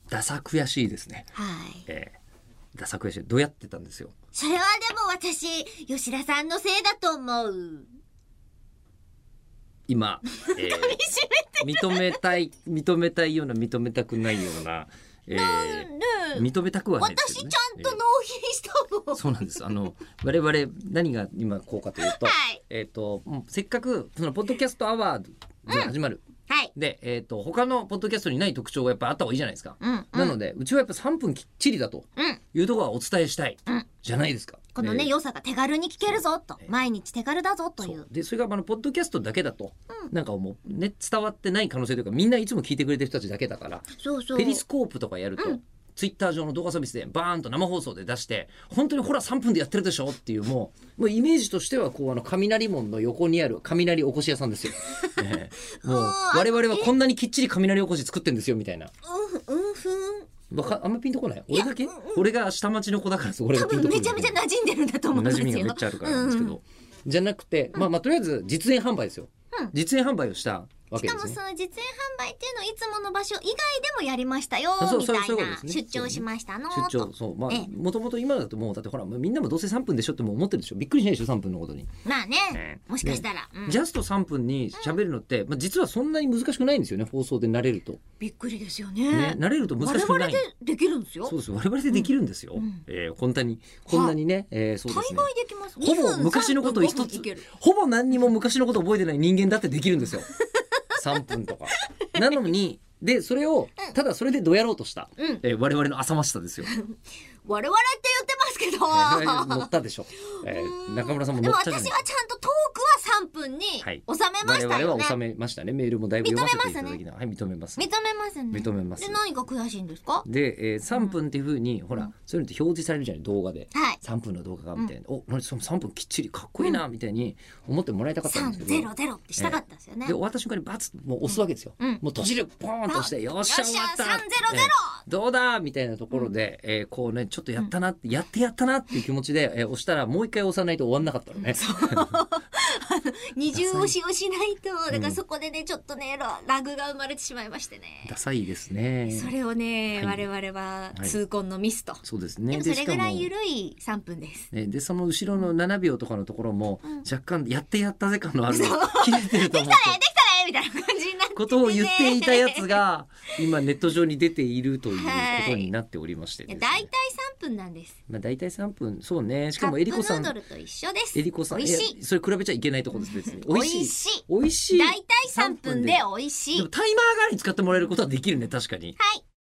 ダサ悔しいですね。 はい。 ダサ悔しい。どうやってたんですよ。 それはでも私吉田さんのせいだと思う。 今、認めたいような認めたくないような、認めたくはないですけどね。 私ちゃんと納品したもん、 そうなんです。我々何が今こうかというと、 はい、 もうせっかくそのポッドキャストアワードが始まる、 はい、 で、他のポッドキャストにない特徴がやっぱあった方がいいじゃないですか、 うんうん、 なのでうちはやっぱ3分きっちりだというところはお伝えしたい、じゃないですか。 このね、良さが手軽に聞けるぞと、毎日手軽だぞという。 でそれがポッドキャストだけだと、なんかもうね伝わってない可能性というか、みんないつも聞いてくれてる人たちだけだから、ペリスコープとかやると、ツイッター上の動画サービスでバーンと生放送で出して、本当にほら3分でやってるでしょっていう、もうイメージとしてはこう雷門の横にある雷おこし屋さんですよ、もう我々はこんなにきっちり雷おこし作ってるんですよみたいな。あんまピンとこない。俺だけ、俺が下町の子だから、俺がピンとこない。 多分めちゃめちゃ馴染んでるんだと思うんですよ。 馴染みがめっちゃあるからなんですけど、じゃなくて、まあとりあえず実演販売ですよ、実演販売をしたわけですね。 しかもその実演販売っていうのをいつもの場所以外でもやりましたよみたいな、出張しましたの出張、そう、まあもともと今だともうだってほらみんなもどうせ3分でしょってもう思ってるでしょ。びっくりしないでしょ3分のことに。 まあね、もしかしたら、 ジャスト3分に喋るのって、実はそんなに難しくないんですよね。放送で慣れると。 びっくりですよね。 慣れると難しくない。 我々でできるんですよ。 そうです、我々でできるんですよ。こんなにね、そうですね。 大概できます。 ほぼ昔のことを一つ、ほぼ何にも昔のこと覚えてない人間だってできるんですよ。3分とか。なのに、でそれをただそれでどうやろうとした、我々の浅ましさですよ。 我々って言ってますけど乗ったでしょ、中村さんも乗ったじゃない。 でも私はちゃんとトークは3分に収めましたよね。 我々は収めましたね。メールもだいぶ読ませていただきながら、認めます。 認めますね。 認めます。 で何が悔しいんですか。 で、3分っていう風にほら、そういうのって表示されるじゃない、動画で、3分の動画がみたいな、何その3分きっちりかっこいいなみたいに思ってもらいたかったんですけど、 300ってしたかったんですよね。 で終わった瞬間にバツッもう押すわけですよ、もう閉じるポーンとして、よっしゃ終わった、 300、 どうだみたいなところで、こうねちょっとやったなって、やったなっていう気持ちで、押したらもう一回押さないと終わんなかったのね。 二重押しをしないと、だからそこでねちょっとねラグが生まれてしまいましてね。 ダサいですね。 それをね、我々は痛恨のミスと。 そうですね。 でもそれぐらい緩い3分です。 でその後ろの7秒とかのところも、若干やったぜ感のある切れてると思って。 できたねみたいな感じになってて、 ことを言っていたやつが今ネット上に出ているということになっておりましてですね。 だいたい3分なんです。 だいたい3分、そうね。しかもエリコさん、 カップヌードルと一緒です。 エリコさん、 美味しい。 それ比べちゃいけないところです。別に美味しい。 美味しい。 だいたい3分で美味しい。 でもタイマー代わりに使ってもらえることはできるね、確かに。 はい。